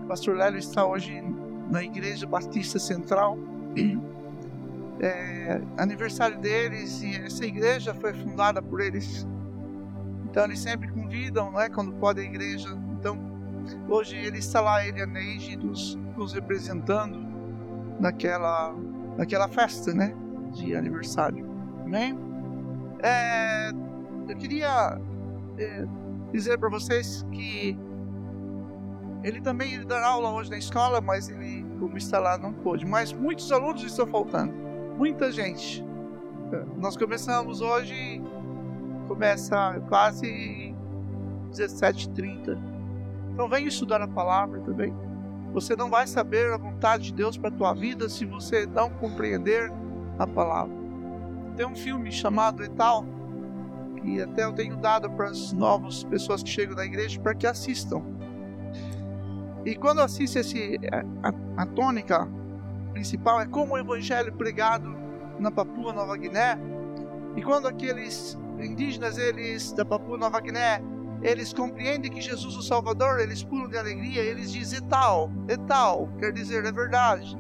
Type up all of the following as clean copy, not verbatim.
O pastor Lélio está hoje na Igreja Batista Central. Aniversário deles, e essa igreja foi fundada por eles. Então eles sempre convidam, né, quando pode, a igreja. Então hoje ele está lá, ele e a Neide nos representando naquela festa, né, de aniversário. Amém? Eu queria dizer para vocês que ele também ia dar aula hoje na escola, mas ele, como está lá, não pôde. Mas muitos alunos estão faltando, muita gente. Nós começamos hoje, começa quase 17h30. Então venha estudar a palavra também. Você não vai saber a vontade de Deus para a tua vida se você não compreender a palavra. Tem um filme chamado Etal, que até eu tenho dado para as novas pessoas que chegam na igreja para que assistam. E quando assiste a tônica principal é como o evangelho pregado na Papua Nova Guiné. E quando aqueles indígenas da Papua Nova Guiné, eles compreendem que Jesus é o Salvador, eles pulam de alegria, eles dizem Etal, quer dizer, é verdade.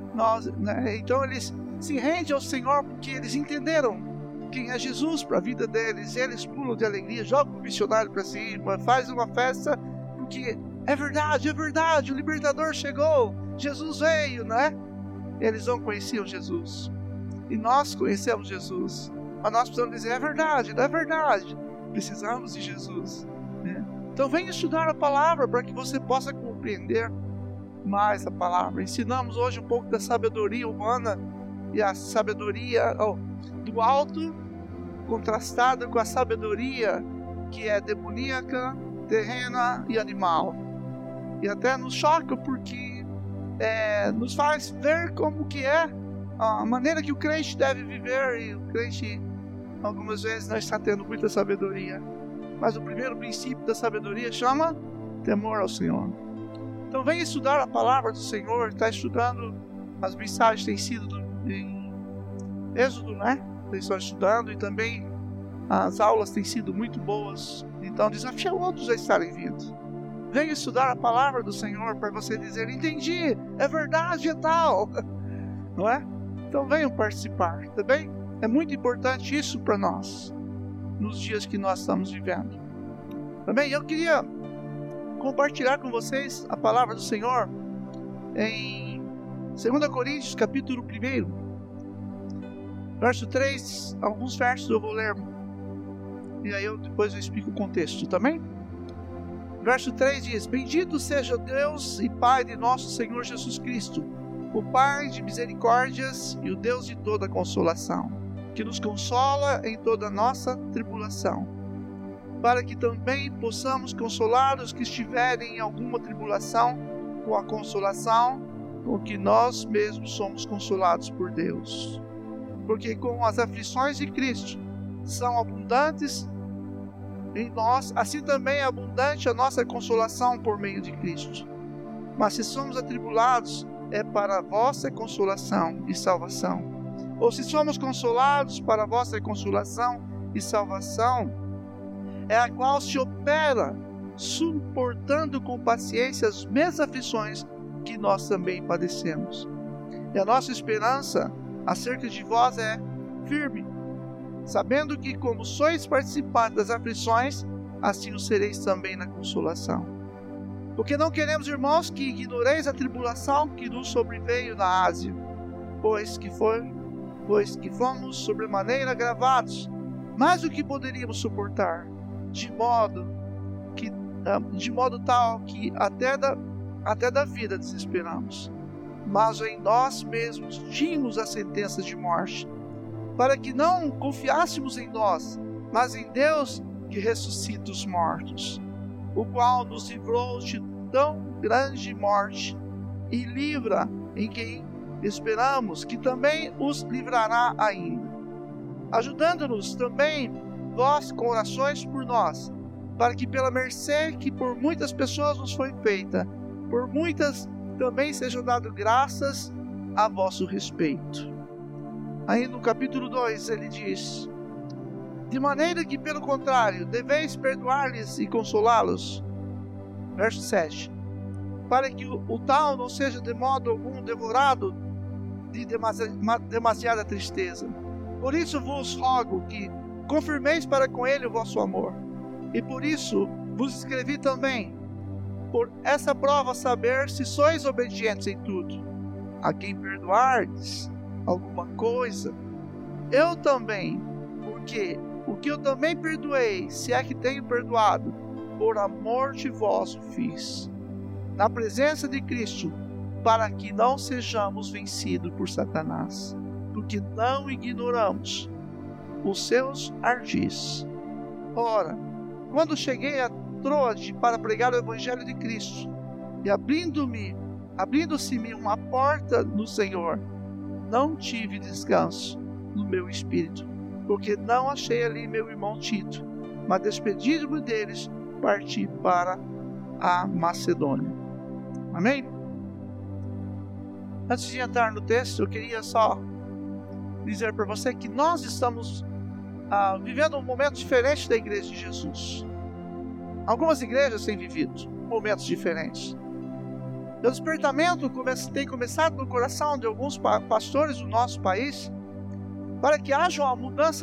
Então eles se rendem ao Senhor porque eles entenderam quem é Jesus para a vida deles. Eles pulam de alegria, jogam o missionário para cima, fazem uma festa porque é verdade, o libertador chegou, Jesus veio, né? Eles não conheciam Jesus e nós conhecemos Jesus, mas nós precisamos dizer, é verdade, não é verdade, precisamos de Jesus, né? Então venha estudar a palavra para que você possa compreender mais a palavra. Ensinamos hoje um pouco da sabedoria humana e a sabedoria do alto contrastada com a sabedoria que é demoníaca, terrena e animal. E até nos choca porque nos faz ver como que é a maneira que o crente deve viver. E o crente algumas vezes não está tendo muita sabedoria. Mas o primeiro princípio da sabedoria chama temor ao Senhor. Então venha estudar a palavra do Senhor. Está estudando, as mensagens têm sido em Êxodo, né? Eles estão estudando e também as aulas têm sido muito boas. Então desafia outros a estarem vindo. Venha estudar a palavra do Senhor para você dizer, entendi, é verdade, é tal. Não é? Então venham participar, tá bem? É muito importante isso para nós, nos dias que nós estamos vivendo. Também eu queria compartilhar com vocês a palavra do Senhor em 2 Coríntios, capítulo 1, verso 3, alguns versos eu vou ler, e aí depois eu explico o contexto, também? Verso 3 diz, bendito seja Deus e Pai de nosso Senhor Jesus Cristo, o Pai de misericórdias e o Deus de toda consolação, que nos consola em toda a nossa tribulação, para que também possamos consolar os que estiverem em alguma tribulação com a consolação com que nós mesmos somos consolados por Deus. Porque com as aflições de Cristo são abundantes em nós, assim também é abundante a nossa consolação por meio de Cristo. Mas se somos atribulados, é para a vossa consolação e salvação. Ou se somos consolados, para a vossa consolação e salvação, é a qual se opera, suportando com paciência as mesmas aflições que nós também padecemos. E a nossa esperança acerca de vós é firme, sabendo que como sois participantes das aflições, assim o sereis também na consolação. Porque não queremos, irmãos, que ignoreis a tribulação que nos sobreveio na Ásia, pois que fomos sobremaneira agravados, mais do que poderíamos suportar, de modo tal que até da vida desesperamos. Mas em nós mesmos tínhamos a sentença de morte, para que não confiássemos em nós, mas em Deus que ressuscita os mortos, o qual nos livrou de tão grande morte e livra em quem esperamos, que também os livrará ainda, ajudando-nos também vós com orações por nós, para que pela mercê que por muitas pessoas nos foi feita, por muitas também sejam dadas graças a vosso respeito. Aí no capítulo 2 ele diz, de maneira que pelo contrário, deveis perdoar-lhes e consolá-los. Verso 7. para que o tal não seja de modo algum devorado de demasiada tristeza. Por isso vos rogo que confirmeis para com ele o vosso amor. E por isso vos escrevi também, por essa prova saber se sois obedientes em tudo. A quem perdoardes alguma coisa, eu também, porque o que eu também perdoei, se é que tenho perdoado, por amor de vós o fiz, na presença de Cristo, para que não sejamos vencidos por Satanás, porque não ignoramos os seus ardis. Ora, quando cheguei a Troade para pregar o Evangelho de Cristo, e abrindo-se-me uma porta no Senhor, não tive descanso no meu espírito, porque não achei ali meu irmão Tito, mas despedido-me deles, parti para a Macedônia. Amém? Antes de entrar no texto, eu queria só dizer para você que nós estamos vivendo um momento diferente da Igreja de Jesus. Algumas igrejas têm vivido momentos diferentes. O despertamento tem começado no coração de alguns pastores do nosso país, para que haja uma mudança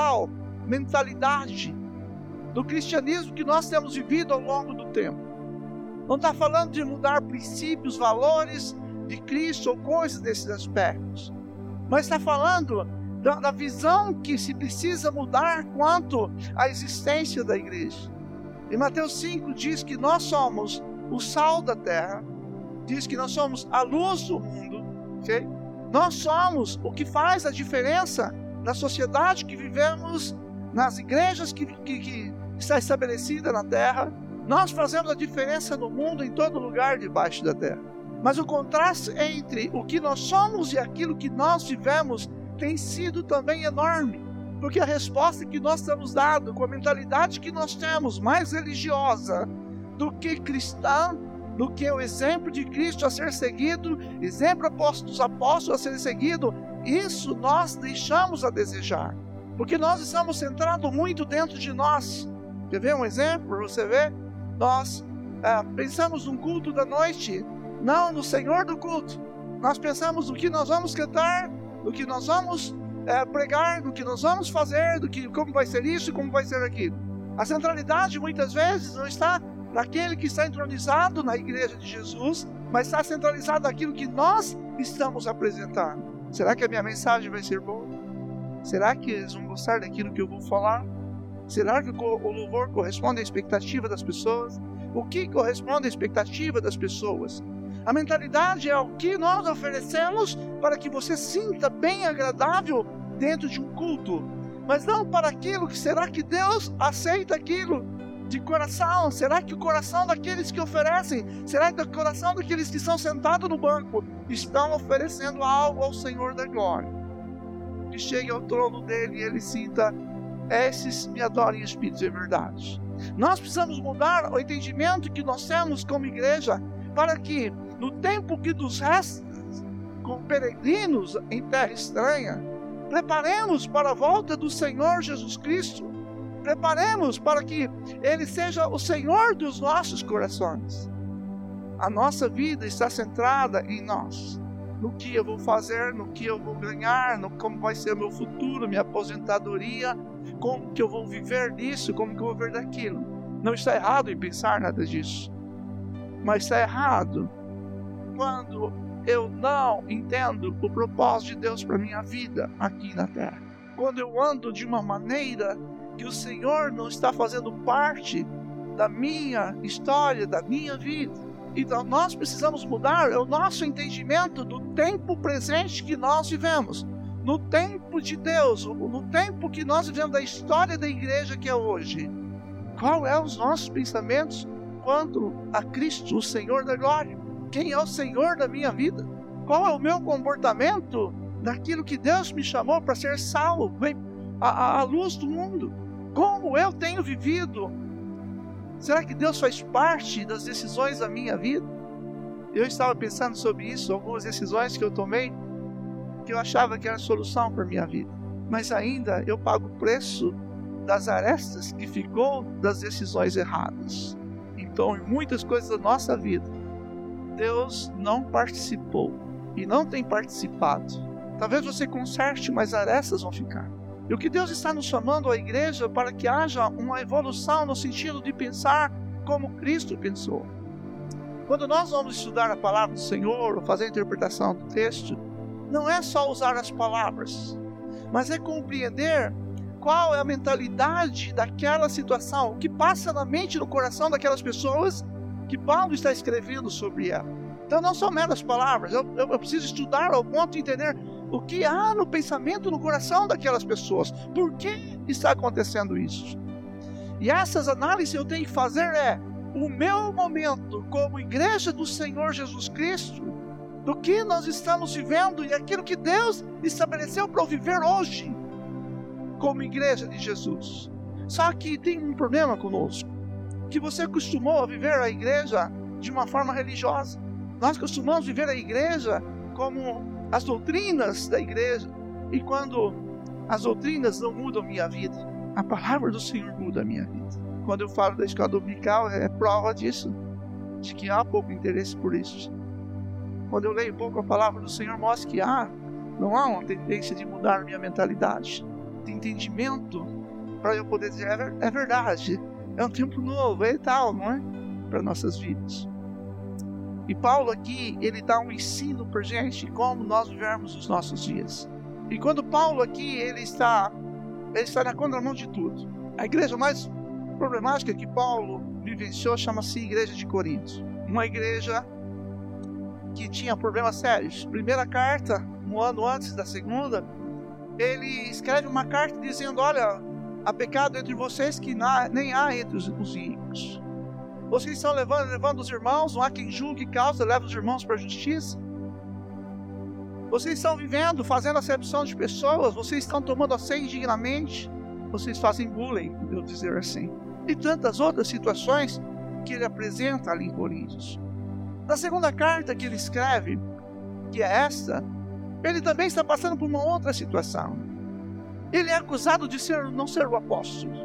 mentalidade do cristianismo que nós temos vivido ao longo do tempo. Não está falando de mudar princípios, valores de Cristo ou coisas desses aspectos, mas está falando da visão que se precisa mudar quanto à existência da igreja. Em Mateus 5 diz que nós somos o sal da terra, diz que nós somos a luz do mundo, okay? Nós somos o que faz a diferença na sociedade que vivemos, nas igrejas que está estabelecida na terra. Nós fazemos a diferença no mundo, em todo lugar debaixo da terra. Mas o contraste entre o que nós somos e aquilo que nós vivemos tem sido também enorme, porque a resposta que nós temos dado, com a mentalidade que nós temos, mais religiosa do que cristã, do que o exemplo de Cristo a ser seguido, exemplo dos apóstolos a ser seguido, isso nós deixamos a desejar, porque nós estamos centrados muito dentro de nós. Quer ver um exemplo para você ver? Nós pensamos no culto da noite, não no Senhor do culto. Nós pensamos no que nós vamos cantar, no que nós vamos pregar, no que nós vamos fazer, como vai ser isso e como vai ser aquilo. A centralidade muitas vezes não está naquele que está entronizado na igreja de Jesus, mas está centralizado naquilo que nós estamos apresentando. Será que a minha mensagem vai ser boa? Será que eles vão gostar daquilo que eu vou falar? Será que o louvor corresponde à expectativa das pessoas? O que corresponde à expectativa das pessoas? A mentalidade é o que nós oferecemos para que você sinta bem agradável dentro de um culto, mas não para aquilo que será que Deus aceita aquilo de coração. Será que o coração daqueles que oferecem, será que o coração daqueles que estão sentados no banco estão oferecendo algo ao Senhor da glória? Que chegue ao trono dele e ele sinta: esses me adoram em espírito e verdade. Nós precisamos mudar o entendimento que nós temos como igreja, para que no tempo que nos resta, como peregrinos em terra estranha, preparemos para a volta do Senhor Jesus Cristo. Preparemos para que Ele seja o Senhor dos nossos corações. A nossa vida está centrada em nós, no que eu vou fazer, no que eu vou ganhar, no como vai ser o meu futuro, minha aposentadoria, como que eu vou viver disso, como que eu vou viver daquilo. Não está errado em pensar nada disso, mas está errado quando eu não entendo o propósito de Deus para minha vida aqui na terra. Quando eu ando de uma maneira que o Senhor não está fazendo parte da minha história, da minha vida. Então nós precisamos mudar o nosso entendimento do tempo presente que nós vivemos, no tempo de Deus, no tempo que nós vivemos da história da igreja que é hoje. Qual é os nossos pensamentos quanto a Cristo, o Senhor da glória? Quem é o Senhor da minha vida? Qual é o meu comportamento daquilo que Deus me chamou para ser sal, a luz do mundo? Como eu tenho vivido? Será que Deus faz parte das decisões da minha vida? Eu estava pensando sobre isso, algumas decisões que eu tomei, que eu achava que era a solução para a minha vida. Mas ainda eu pago o preço das arestas que ficou das decisões erradas. Então, em muitas coisas da nossa vida, Deus não participou e não tem participado. Talvez você conserte, mas arestas vão ficar. E o que Deus está nos chamando à igreja para que haja uma evolução no sentido de pensar como Cristo pensou. Quando nós vamos estudar a palavra do Senhor ou fazer a interpretação do texto, não é só usar as palavras, mas é compreender qual é a mentalidade daquela situação, o que passa na mente e no coração daquelas pessoas que Paulo está escrevendo sobre ela. Então não são meras palavras, eu preciso estudar ao ponto de entender o que há no pensamento, no coração daquelas pessoas. Por que está acontecendo isso? E essas análises eu tenho que fazer o meu momento como igreja do Senhor Jesus Cristo, do que nós estamos vivendo e aquilo que Deus estabeleceu para eu viver hoje como igreja de Jesus. Só que tem um problema conosco, que você acostumou a viver a igreja de uma forma religiosa. Nós costumamos viver a igreja como as doutrinas da igreja, e quando as doutrinas não mudam a minha vida, a palavra do Senhor muda a minha vida. Quando eu falo da escola dominical, é prova disso, de que há pouco interesse por isso. Quando eu leio pouco a palavra do Senhor, mostra que não há uma tendência de mudar a minha mentalidade, de entendimento, para eu poder dizer, é verdade, é um tempo novo, é tal, não é? Para nossas vidas. E Paulo aqui, ele dá um ensino para a gente de como nós vivemos os nossos dias. E quando Paulo aqui, ele está na contramão de tudo. A igreja mais problemática que Paulo vivenciou chama-se Igreja de Corinto. Uma igreja que tinha problemas sérios. Primeira carta, um ano antes da segunda, ele escreve uma carta dizendo, olha, há pecado entre vocês que nem há entre os ímpios. Vocês estão levando os irmãos, não há quem julgue causa, leva os irmãos para a justiça. Vocês estão vivendo, fazendo acepção de pessoas, vocês estão tomando a ceia indignamente, vocês fazem bullying, eu dizer assim. E tantas outras situações que ele apresenta ali em Coríntios. Na segunda carta que ele escreve, que é esta, ele também está passando por uma outra situação. Ele é acusado de não ser o apóstolo.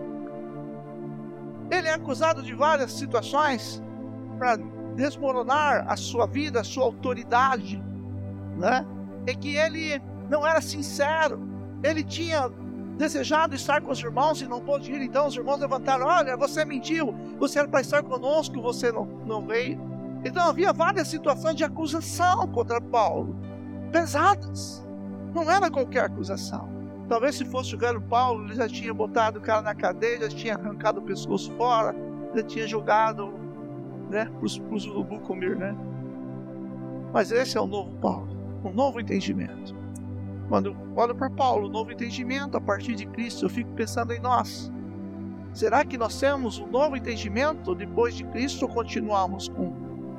Ele é acusado de várias situações para desmoronar a sua vida, a sua autoridade, né? E que ele não era sincero. Ele tinha desejado estar com os irmãos e não pôde ir. Então os irmãos levantaram, olha, você mentiu, você era para estar conosco, você não veio. Então havia várias situações de acusação contra Paulo, pesadas. Não era qualquer acusação. Talvez se fosse o velho Paulo, ele já tinha botado o cara na cadeia, já tinha arrancado o pescoço fora, já tinha jogado, né, para os urubu comer, né? Mas esse é o novo Paulo, um novo entendimento. Quando eu olho para Paulo, um novo entendimento a partir de Cristo, eu fico pensando em nós. Será que nós temos um novo entendimento depois de Cristo ou continuamos com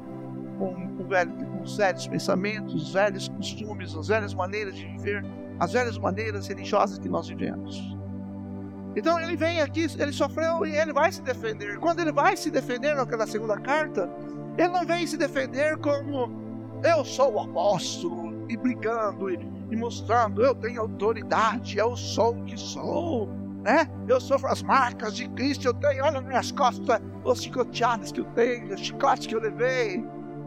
os velhos pensamentos, os velhos costumes, as velhas maneiras de viver, as velhas maneiras religiosas que nós vivemos? Então ele vem aqui, ele sofreu e ele vai se defender. Quando ele vai se defender naquela segunda carta, ele não vem se defender como eu sou o apóstolo e brigando e mostrando eu tenho autoridade, eu sou o que sou, né? Eu sofro as marcas de Cristo, eu tenho, olha nas minhas costas os chicoteadas que eu tenho, os chicotes que eu levei.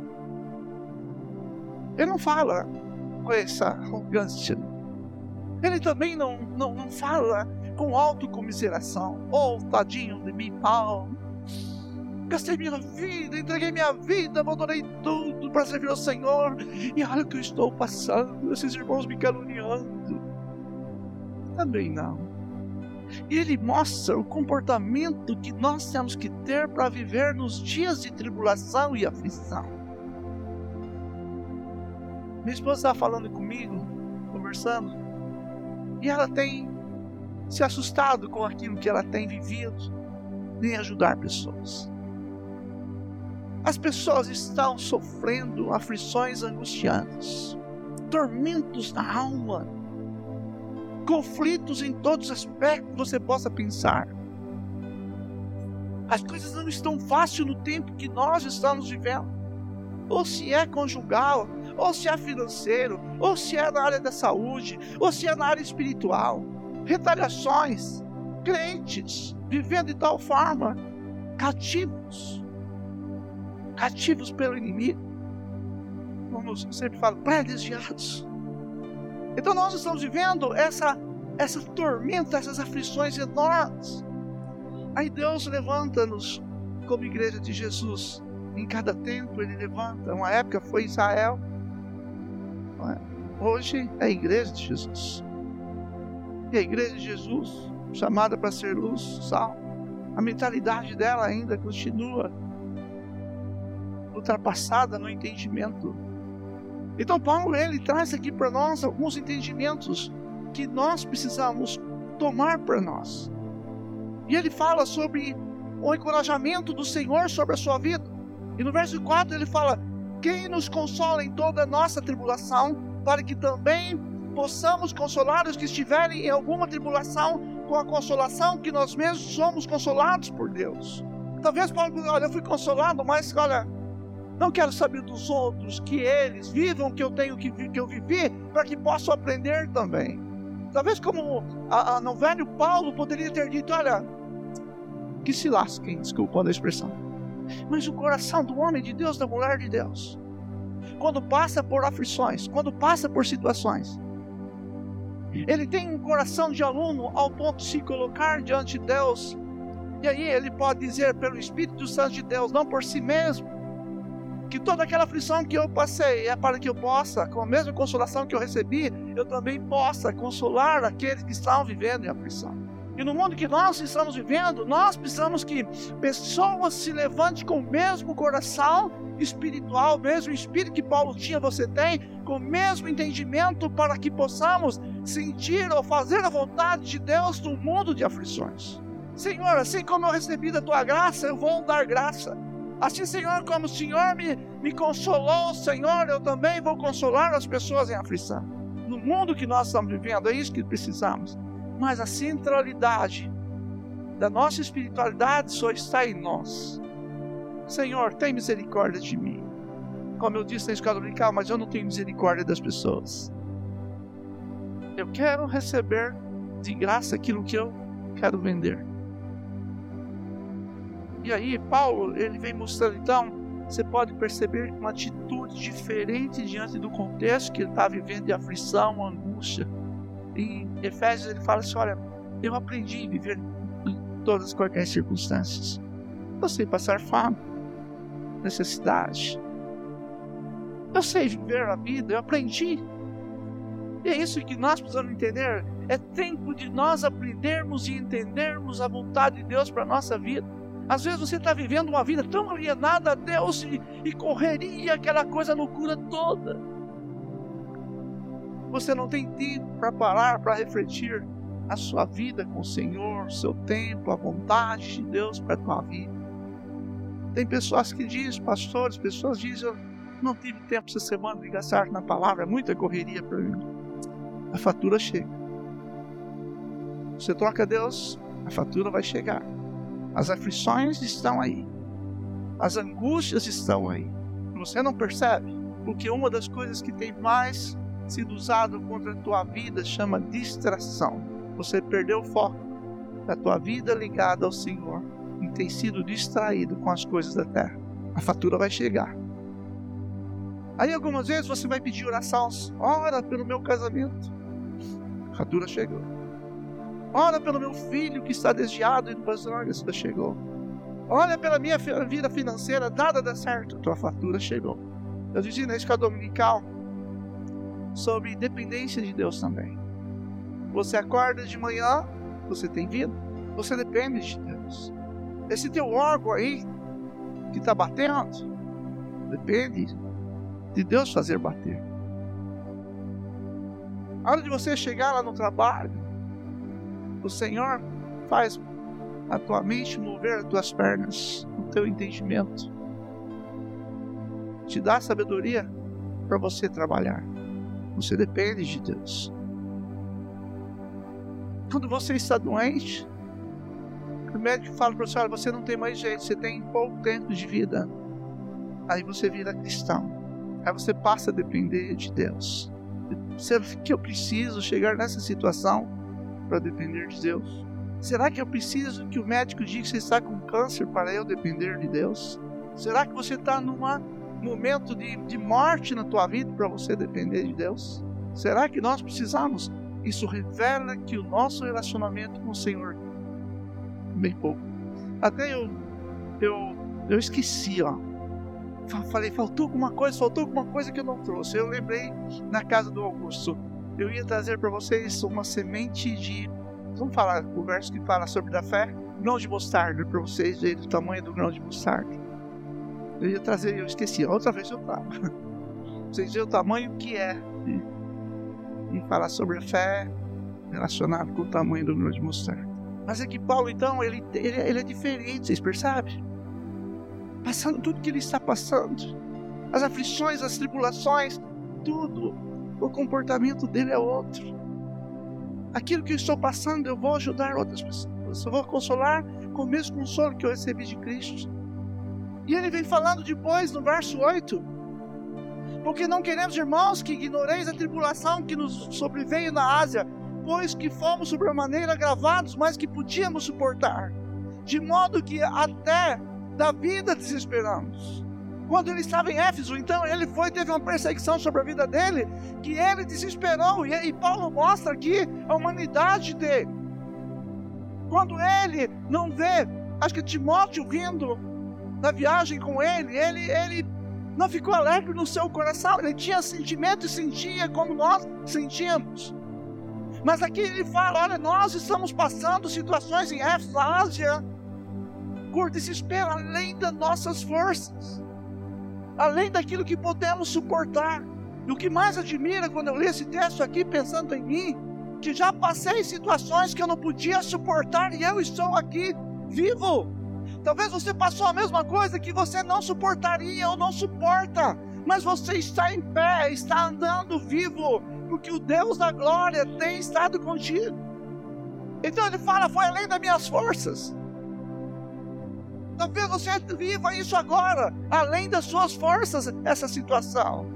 Ele não fala com essa arrogância. Ele também não fala com autocomiseração. Oh, tadinho de mim, Paulo. Gastei minha vida, entreguei minha vida, abandonei tudo para servir ao Senhor. E olha o que eu estou passando, esses irmãos me caluniando. Também não. E ele mostra o comportamento que nós temos que ter para viver nos dias de tribulação e aflição. Minha esposa estava falando comigo, conversando, e ela tem se assustado com aquilo que ela tem vivido em ajudar pessoas. As pessoas estão sofrendo aflições angustiantes, tormentos na alma, conflitos em todos os aspectos que você possa pensar. As coisas não estão fáceis no tempo que nós estamos vivendo. Ou se é conjugal, ou se é financeiro, ou se é na área da saúde, ou se é na área espiritual. Retaliações, crentes vivendo de tal forma, cativos pelo inimigo. como eu sempre falo, pré-desviados. Então nós estamos vivendo essa tormenta, essas aflições enormes. Aí Deus levanta-nos como igreja de Jesus. Em cada tempo Ele levanta. Uma época foi Israel. Hoje é a igreja de Jesus. E a igreja de Jesus, chamada para ser luz, sal, a mentalidade dela ainda continua ultrapassada no entendimento. Então Paulo, ele traz aqui para nós alguns entendimentos que nós precisamos tomar para nós. E ele fala sobre o encorajamento do Senhor sobre a sua vida. E no verso 4 ele fala: quem nos consola em toda a nossa tribulação, para que também possamos consolar os que estiverem em alguma tribulação, com a consolação que nós mesmos somos consolados por Deus. Talvez Paulo diga: olha, eu fui consolado, mas olha, não quero saber dos outros, que eles vivam o que eu tenho que eu vivi, para que possam aprender também. Talvez como no velho Paulo poderia ter dito: olha, que se lasquem, desculpa a expressão. Mas o coração do homem de Deus, da mulher de Deus, quando passa por aflições, quando passa por situações, ele tem um coração de aluno ao ponto de se colocar diante de Deus. E aí ele pode dizer pelo Espírito Santo de Deus, não por si mesmo, que toda aquela aflição que eu passei é para que eu possa, com a mesma consolação que eu recebi, eu também possa consolar aqueles que estão vivendo em aflição. E no mundo que nós estamos vivendo, nós precisamos que pessoas se levantem com o mesmo coração espiritual, o mesmo espírito que Paulo tinha, você tem, com o mesmo entendimento, para que possamos sentir ou fazer a vontade de Deus no mundo de aflições. Senhor, assim como eu recebi da tua graça, eu vou dar graça. Assim, Senhor, como o Senhor me consolou, Senhor, eu também vou consolar as pessoas em aflição. No mundo que nós estamos vivendo, é isso que precisamos. Mas a centralidade da nossa espiritualidade só está em nós. Senhor, tem misericórdia de mim. Como eu disse na escola dominical, mas eu não tenho misericórdia das pessoas. Eu quero receber de graça aquilo que eu quero vender. E aí Paulo, ele vem mostrando, então, você pode perceber uma atitude diferente diante do contexto que ele está vivendo de aflição, angústia. Em Efésios ele fala assim: olha, eu aprendi a viver em todas quaisquer circunstâncias. Eu sei passar fome, necessidade. Eu sei viver a vida, eu aprendi. E é isso que nós precisamos entender. É tempo de nós aprendermos e entendermos a vontade de Deus para a nossa vida. Às vezes você está vivendo uma vida tão alienada a Deus e correria, aquela coisa, loucura toda. Você não tem tempo para parar, para refletir a sua vida com o Senhor, seu tempo, a vontade de Deus para a tua vida. Tem pessoas que dizem, pastores, pessoas dizem: eu não tive tempo essa semana de gastar na palavra, é muita correria para mim. A fatura chega. Você troca Deus, a fatura vai chegar. As aflições estão aí. As angústias estão aí. Você não percebe? Porque uma das coisas que tem mais sido usado contra a tua vida chama distração. Você perdeu o foco da tua vida ligada ao Senhor e tem sido distraído com as coisas da terra. A fatura vai chegar. Aí algumas vezes você vai pedir oração: ora pelo meu casamento. A fatura chegou. Ora pelo meu filho que está desviado e as drogas, chegou. Olha pela minha vida financeira, nada dá certo. Tua fatura chegou. Eu dizia na escola dominical sobre dependência de Deus também. Você acorda de manhã, você tem vida, você depende de Deus. Esse teu órgão aí que está batendo, depende de Deus fazer bater. A hora de você chegar lá no trabalho, o Senhor faz a tua mente mover as tuas pernas, o teu entendimento, te dá sabedoria para você trabalhar. Você depende de Deus. Quando você está doente, o médico fala para você: olha, você não tem mais jeito, você tem pouco tempo de vida. Aí você vira cristão. Aí você passa a depender de Deus. Será que eu preciso chegar nessa situação para depender de Deus? Será que eu preciso que o médico diga que você está com câncer para eu depender de Deus? Será que você está numa momento de morte na tua vida para você depender de Deus? Será que nós precisamos? Isso revela que o nosso relacionamento com o Senhor é bem pouco. Até eu esqueci, falei, faltou alguma coisa que eu não trouxe. Eu lembrei na casa do Augusto. Eu ia trazer para vocês uma semente de... Vamos falar o verso que fala sobre a fé. Grão de mostarda, para vocês verem o tamanho do grão de mostarda. Eu ia trazer, eu esqueci. Outra vez eu trago. Vocês veem o tamanho que é. E falar sobre a fé relacionado com o tamanho do grão de mostarda. Mas é que Paulo, então, ele é diferente, vocês percebem? Passando tudo que ele está passando. As aflições, as tribulações, tudo. O comportamento dele é outro. Aquilo que eu estou passando, eu vou ajudar outras pessoas. Eu vou consolar com o mesmo consolo que eu recebi de Cristo. E ele vem falando depois, no verso 8. Porque não queremos, irmãos, que ignoreis a tribulação que nos sobreveio na Ásia, pois que fomos sobremaneira agravados, mas que podíamos suportar. De modo que até da vida desesperamos. Quando ele estava em Éfeso, então teve uma perseguição sobre a vida dele, que ele desesperou, e Paulo mostra aqui a humanidade dele. Quando ele não vê, acho que Timóteo vindo na viagem com ele não ficou alegre no seu coração, ele tinha sentimento e sentia como nós sentíamos. Mas aqui ele fala, olha, nós estamos passando situações em Éfeso, na Ásia, por desespero, além das nossas forças, além daquilo que podemos suportar. E o que mais admira quando eu li esse texto aqui, pensando em mim, que já passei situações que eu não podia suportar e eu estou aqui, vivo. Talvez você passou a mesma coisa que você não suportaria ou não suporta, mas você está em pé, está andando vivo, porque o Deus da glória tem estado contigo. Então ele fala, foi além das minhas forças. Talvez você viva isso agora, além das suas forças, essa situação.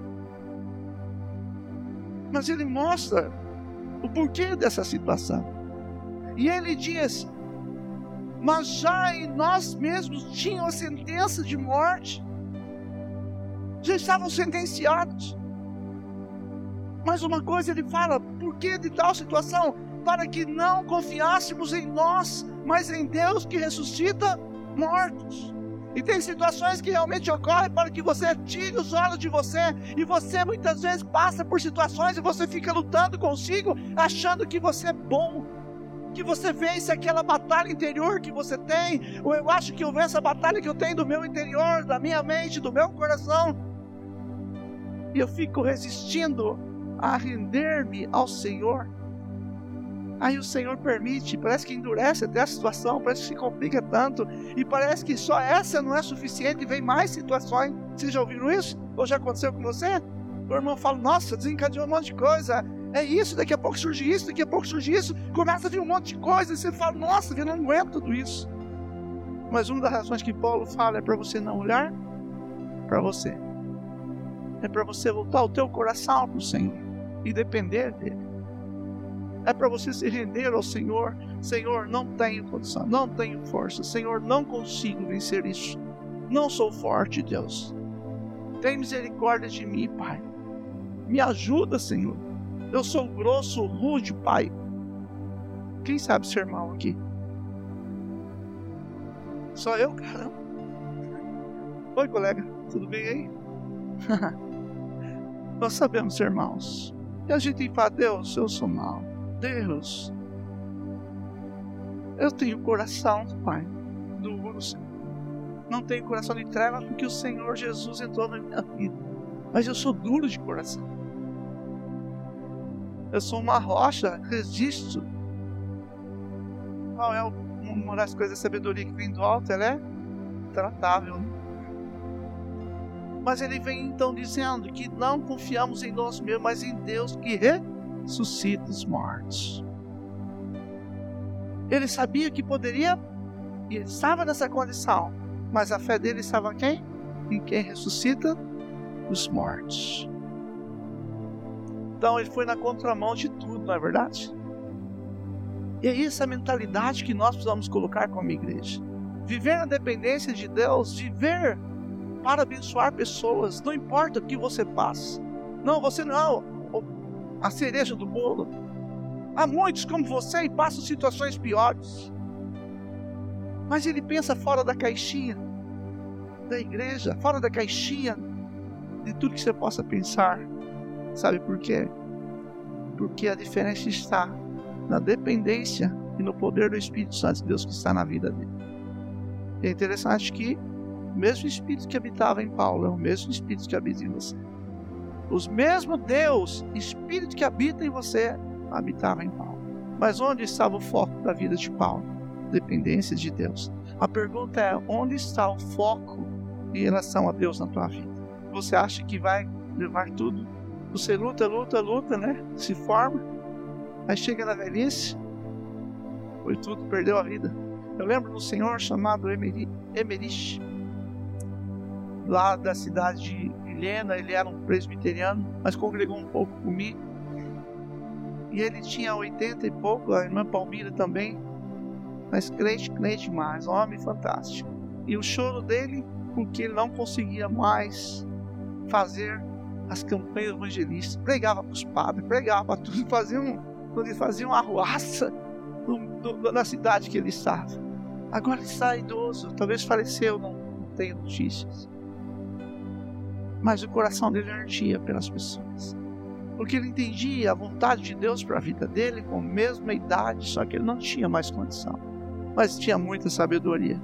Mas ele mostra o porquê dessa situação. E ele diz, mas já em nós mesmos tinham a sentença de morte. Já estavam sentenciados. Mas uma coisa ele fala, por que de tal situação? Para que não confiássemos em nós, mas em Deus que ressuscita mortos. E tem situações que realmente ocorrem para que você tire os olhos de você, e você muitas vezes passa por situações e você fica lutando consigo, achando que você é bom, que você vence aquela batalha interior que você tem, ou eu acho que eu venço a batalha que eu tenho do meu interior, da minha mente, do meu coração, e eu fico resistindo a render-me ao Senhor. Aí o Senhor permite, parece que endurece até a situação, parece que se complica tanto, e parece que só essa não é suficiente, e vem mais situações. Vocês já ouviram isso? Ou já aconteceu com você? O irmão fala, nossa, desencadeou um monte de coisa, é isso, daqui a pouco surge isso, daqui a pouco surge isso, começa a vir um monte de coisa, e você fala, nossa, eu não aguento tudo isso. Mas uma das razões que Paulo fala é para você não olhar para você, é para você voltar o teu coração para o Senhor e depender dele. É para você se render ao Senhor. Senhor, não tenho condição, não tenho força. Senhor, não consigo vencer isso. Não sou forte, Deus. Tem misericórdia de mim, Pai. Me ajuda, Senhor. Eu sou grosso, rude, Pai. Quem sabe ser mal aqui? Só eu, caramba. Oi, colega. Tudo bem aí? Nós sabemos ser maus. E a gente fala, Deus, eu sou mau. Deus, eu tenho coração, Pai, duro, Senhor. Não tenho coração de treva porque o Senhor Jesus entrou na minha vida. Mas eu sou duro de coração. Eu sou uma rocha, resisto. Qual é uma das coisas da sabedoria que vem do alto? Ela é tratável, né? Mas ele vem então dizendo que não confiamos em nós mesmos, mas em Deus que ressuscita os mortos. Ele sabia que poderia, e ele estava nessa condição, mas a fé dele estava em quem? Em quem ressuscita os mortos. Então ele foi na contramão de tudo, não é verdade? E é essa mentalidade que nós precisamos colocar como igreja. Viver na dependência de Deus, viver para abençoar pessoas. Não importa o que você passa. Não, você não é a cereja do bolo. Há muitos como você e passam situações piores. Mas ele pensa fora da caixinha da igreja, fora da caixinha de tudo que você possa pensar. Sabe por quê? Porque a diferença está na dependência e no poder do Espírito Santo de Deus que está na vida dele. É interessante que o mesmo Espírito que habitava em Paulo é o mesmo Espírito que habita em você. Os mesmos Deus, Espírito que habita em você, habitava em Paulo. Mas onde estava o foco da vida de Paulo? Dependência de Deus. A pergunta é, onde está o foco em relação a Deus na tua vida? Você acha que vai levar tudo? Você luta, né? Se forma. Aí chega na velhice, foi tudo, perdeu a vida. Eu lembro de um senhor chamado Emerich, lá da cidade de Vilhena. Ele era um presbiteriano, mas congregou um pouco comigo. E ele tinha 80 e pouco, a irmã Palmira também, mas crente demais, um homem fantástico. E o choro dele, porque ele não conseguia mais fazer as campanhas evangelistas, pregava para os padres, pregava para tudo, fazia uma arruaça na cidade que ele estava. Agora ele está idoso, talvez faleceu, não tenho notícias. Mas o coração dele ardia pelas pessoas, porque ele entendia a vontade de Deus para a vida dele com a mesma idade, só que ele não tinha mais condição, mas tinha muita sabedoria.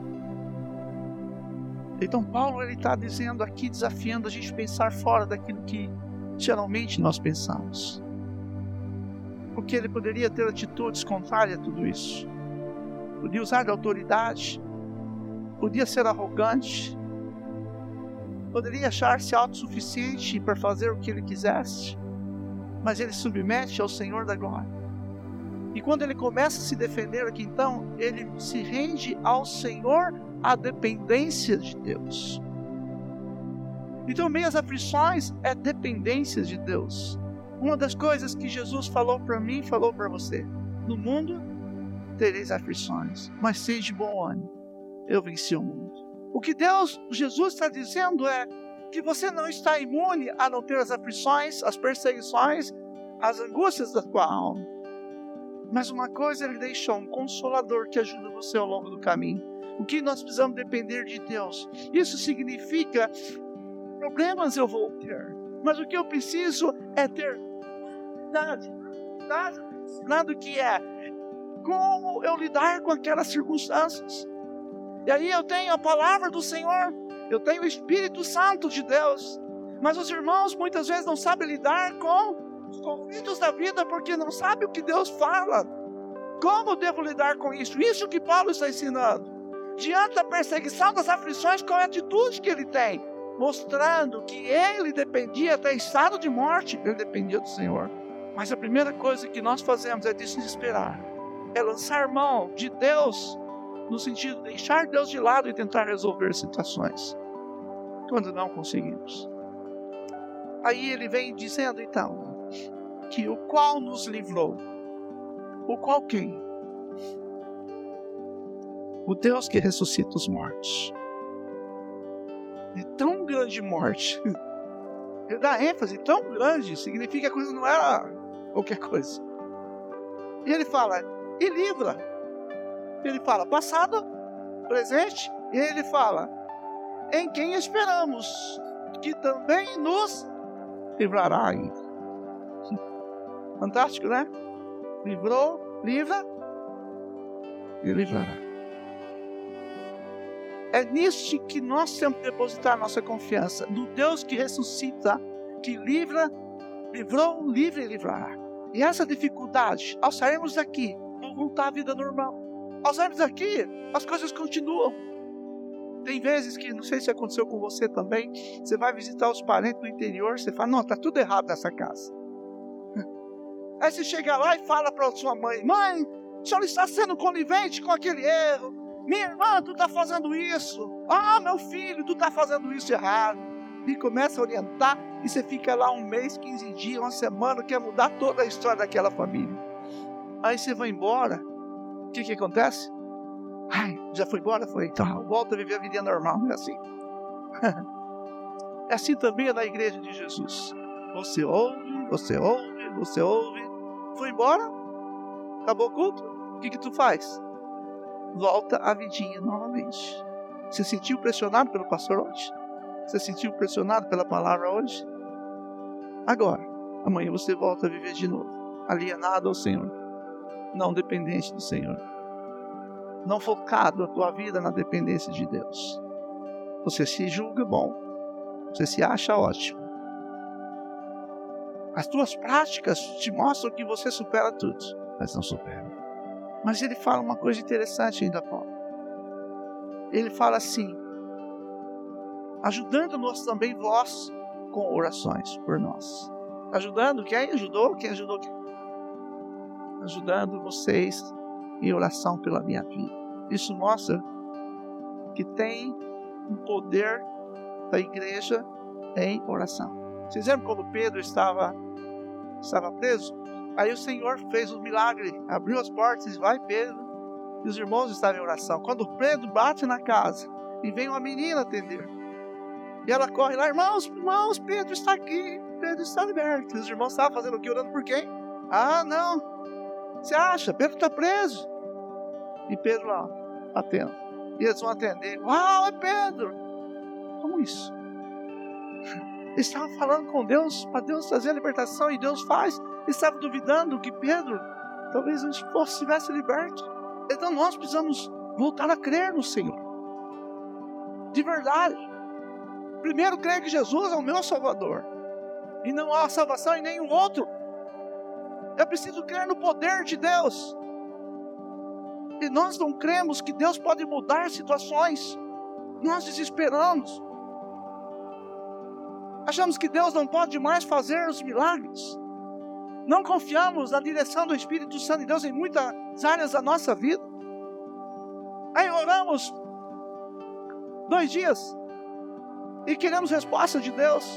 Então Paulo está dizendo aqui, desafiando a gente pensar fora daquilo que geralmente nós pensamos, porque ele poderia ter atitudes contrárias a tudo isso. Podia usar de autoridade, podia ser arrogante, poderia achar-se autossuficiente para fazer o que ele quisesse, mas ele submete ao Senhor da glória. E quando ele começa a se defender aqui, então, ele se rende ao Senhor, à dependência de Deus. Então, meias aflições é dependência de Deus. Uma das coisas que Jesus falou para mim, falou para você: no mundo tereis aflições, mas sede de bom ânimo, eu venci o mundo. O que Jesus está dizendo é que você não está imune a não ter as aflições, as perseguições, as angústias da tua alma. Mas uma coisa ele deixou, um consolador que ajuda você ao longo do caminho. O que nós precisamos depender de Deus. Isso significa, problemas eu vou ter, mas o que eu preciso é ter nada que é como eu lidar com aquelas circunstâncias. E aí eu tenho a palavra do Senhor, eu tenho o Espírito Santo de Deus, mas os irmãos muitas vezes não sabem lidar com os conflitos da vida, porque não sabem o que Deus fala. Como eu devo lidar com isso? Isso que Paulo está ensinando. Diante da perseguição, das aflições, qual é a atitude que ele tem? Mostrando que ele dependia até estado de morte, ele dependia do Senhor. Mas a primeira coisa que nós fazemos é desesperar, é lançar mão de Deus, no sentido de deixar Deus de lado e tentar resolver situações, quando não conseguimos. Aí ele vem dizendo então, que o qual nos livrou, o qual quem? O Deus que ressuscita os mortos. De tão grande morte, ele dá ênfase, tão grande, significa que a coisa não era qualquer coisa. E ele fala, e livra. Ele fala passado, presente, e ele fala, em quem esperamos, que também nos livrará ainda. Fantástico, né? Livrou, livra e livrará. É nisso que nós temos que depositar nossa confiança, no Deus que ressuscita, que livra, livrou, livra e livrará. E essa dificuldade, ao sairmos daqui, vamos voltar à vida normal. Ao sairmos daqui, as coisas continuam. Tem vezes que, não sei se aconteceu com você também, você vai visitar os parentes do interior, você fala, não, está tudo errado nessa casa. Aí você chega lá e fala para sua mãe, mãe, a senhora está sendo conivente com aquele erro. Minha irmã, tu está fazendo isso. Ah, meu filho, tu está fazendo isso errado. E começa a orientar, e você fica lá um mês, 15 dias, uma semana, quer mudar toda a história daquela família. Aí você vai embora, o que acontece? Ai, já foi embora? Foi, então volta a viver a vida normal, não é assim? É assim também é na igreja de Jesus. Você ouve, você ouve, você ouve. Foi embora? Acabou o culto? O que tu faz? Volta à vidinha novamente. Você sentiu pressionado pelo pastor hoje? Você sentiu pressionado pela palavra hoje? Agora, amanhã você volta a viver de novo, alienado ao Senhor, não dependente do Senhor, não focado a tua vida na dependência de Deus. Você se julga bom, você se acha ótimo. As tuas práticas te mostram que você supera tudo, mas não supera. Mas ele fala uma coisa interessante ainda, Paulo. Ele fala assim: ajudando-nos também vós com orações por nós. Ajudando quem? Ajudou? Quem ajudou quem? Ajudando vocês em oração pela minha vida. Isso mostra que tem um poder da igreja em oração. Vocês lembram quando Pedro estava preso? Aí o Senhor fez um milagre, abriu as portas, vai Pedro, e os irmãos estavam em oração. Quando Pedro bate na casa, e vem uma menina atender, e ela corre lá: irmãos, Pedro está aqui, Pedro está liberto. E os irmãos estavam fazendo o quê? Orando por quem? Ah, não, você acha? Pedro está preso. E Pedro lá, atendo. E eles vão atender: uau, é Pedro. Como isso? Eles estavam falando com Deus, para Deus trazer a libertação, e Deus faz. Eles estavam duvidando que Pedro talvez não estivesse liberto. Então nós precisamos voltar a crer no Senhor, de verdade. Primeiro, crer que Jesus é o meu Salvador, e não há salvação em nenhum outro. Eu preciso crer no poder de Deus. E nós não cremos que Deus pode mudar situações. Nós desesperamos. Achamos que Deus não pode mais fazer os milagres. Não confiamos na direção do Espírito Santo de Deus em muitas áreas da nossa vida. Aí oramos 2 dias e queremos resposta de Deus.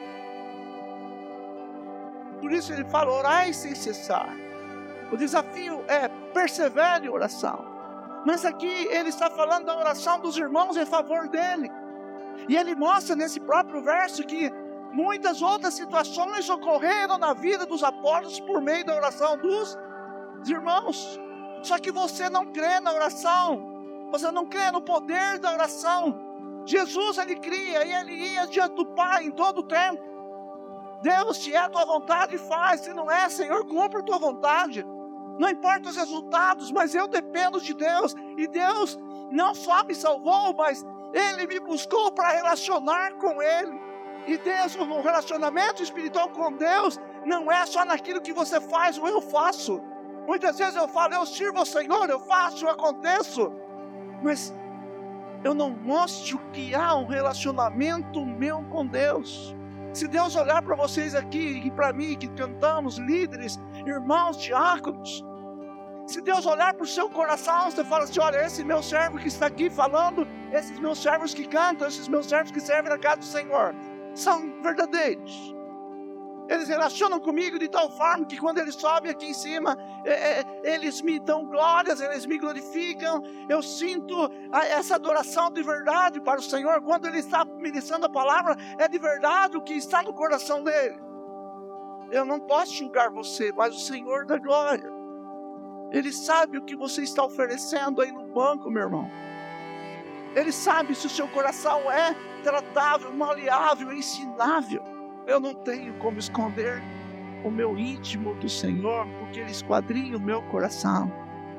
Por isso ele fala: orai sem cessar. O desafio é persevere em oração. Mas aqui ele está falando da oração dos irmãos em favor dele. E ele mostra nesse próprio verso que muitas outras situações ocorreram na vida dos apóstolos por meio da oração dos irmãos. Só que você não crê na oração. Você não crê no poder da oração. Jesus, ele cria e ele ia diante do Pai em todo o tempo. Deus, se é a tua vontade, faz. Se não é, Senhor, cumpre a tua vontade. Não importa os resultados, mas eu dependo de Deus. E Deus não só me salvou, mas Ele me buscou para relacionar com Ele. E Deus, o relacionamento espiritual com Deus não é só naquilo que você faz ou eu faço. Muitas vezes eu falo: eu sirvo ao Senhor, eu faço, eu aconteço. Mas eu não mostro que há um relacionamento meu com Deus. Se Deus olhar para vocês aqui e para mim, que cantamos, líderes, irmãos, diáconos, se Deus olhar para o seu coração, você fala assim: olha, esse meu servo que está aqui falando, esses meus servos que cantam, esses meus servos que servem na casa do Senhor, são verdadeiros. Eles relacionam comigo de tal forma que quando eles sobem aqui em cima, eles me dão glórias, eles me glorificam. Eu sinto essa adoração de verdade para o Senhor. Quando Ele está ministrando a palavra, é de verdade o que está no coração dele. Eu não posso julgar você, mas o Senhor da glória, Ele sabe o que você está oferecendo aí no banco, meu irmão. Ele sabe se o seu coração é tratável, maleável, ensinável. Eu não tenho como esconder o meu íntimo do Senhor, porque Ele esquadrinha o meu coração.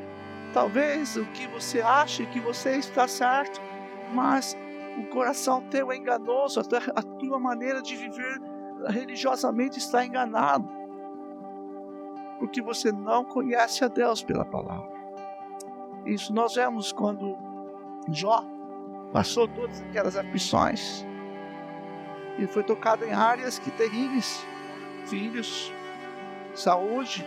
Talvez o que você ache que você está certo, mas o coração teu é enganoso, a tua maneira de viver religiosamente está enganado, porque você não conhece a Deus pela palavra. Isso nós vemos quando Jó passou todas aquelas aflições. Ele foi tocado em áreas que terríveis: filhos, saúde,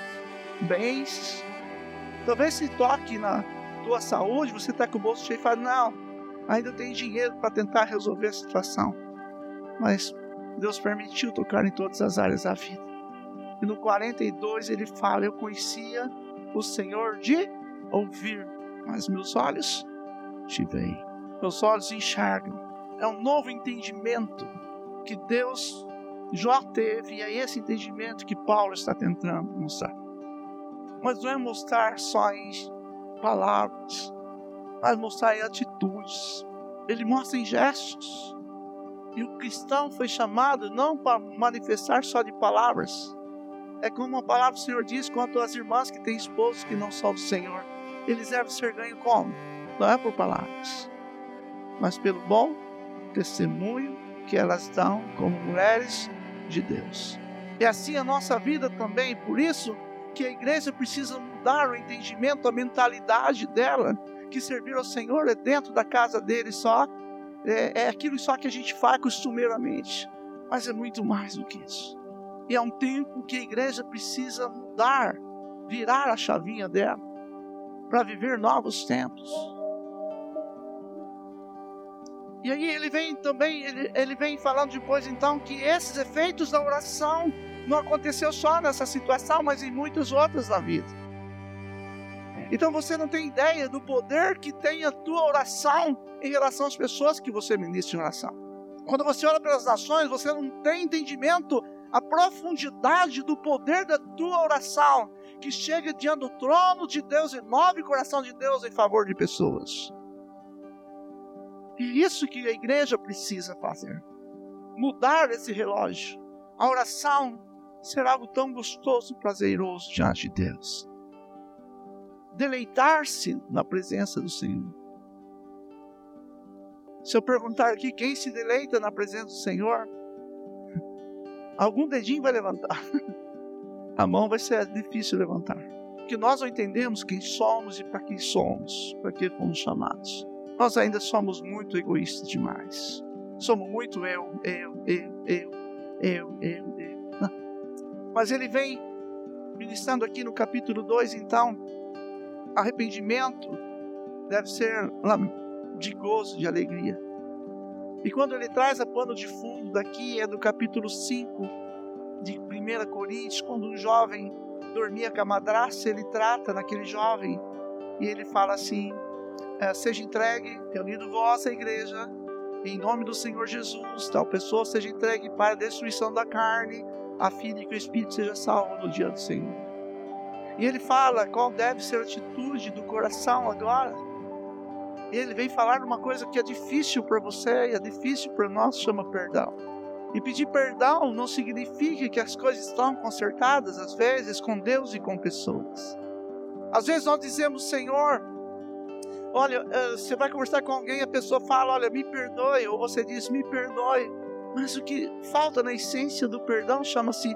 bens. Talvez se toque na tua saúde, você está com o bolso cheio e fala: não, ainda tem dinheiro para tentar resolver a situação. Mas Deus permitiu tocar em todas as áreas da vida. E no 42 ele fala: eu conhecia o Senhor de ouvir, mas meus olhos te veem. Meus olhos enxergam. É um novo entendimento que Deus já teve, e é esse entendimento que Paulo está tentando mostrar. Mas não é mostrar só em palavras, mas mostrar em atitudes. Ele mostra em gestos. E o cristão foi chamado não para manifestar só de palavras. É como a palavra do Senhor diz quanto às irmãs que têm esposos que não são do Senhor. Eles devem ser ganhos como? Não é por palavras, mas pelo bom testemunho que elas dão como mulheres de Deus. E assim a nossa vida também. Por isso que a igreja precisa mudar o entendimento, a mentalidade dela, que servir ao Senhor é dentro da casa dele só, é aquilo só que a gente faz costumeiramente, mas é muito mais do que isso. E é um tempo que a igreja precisa mudar, virar a chavinha dela, para viver novos tempos. E aí ele vem também, ele vem falando depois então que esses efeitos da oração não aconteceu só nessa situação, mas em muitas outras na vida. Então você não tem ideia do poder que tem a tua oração em relação às pessoas que você ministra em oração. Quando você ora pelas nações, você não tem entendimento, a profundidade do poder da tua oração, que chega diante do trono de Deus e move o coração de Deus em favor de pessoas. E isso que a igreja precisa fazer. Mudar esse relógio. A oração será algo tão gostoso e prazeroso diante de Deus. Deleitar-se na presença do Senhor. Se eu perguntar aqui quem se deleita na presença do Senhor, algum dedinho vai levantar. A mão vai ser difícil levantar. Porque nós não entendemos quem somos e para quem somos, para que fomos chamados. Nós ainda somos muito egoístas demais. Somos muito eu. Mas ele vem ministrando aqui no capítulo 2, então, arrependimento deve ser de gozo, de alegria. E quando ele traz a pano de fundo daqui, é do capítulo 5 de 1 Coríntios, quando um jovem dormia com a madrasta, ele trata naquele jovem, e ele fala assim, seja entregue, reunido vós a igreja, em nome do Senhor Jesus, tal pessoa seja entregue para a destruição da carne, a fim de que o Espírito seja salvo no dia do Senhor. E ele fala qual deve ser a atitude do coração agora. E ele vem falar uma coisa que é difícil para você e é difícil para nós, chama perdão. E pedir perdão não significa que as coisas estão consertadas, às vezes, com Deus e com pessoas. Às vezes nós dizemos, Senhor, olha, você vai conversar com alguém, a pessoa fala, olha, me perdoe, ou você diz, me perdoe. Mas o que falta na essência do perdão chama-se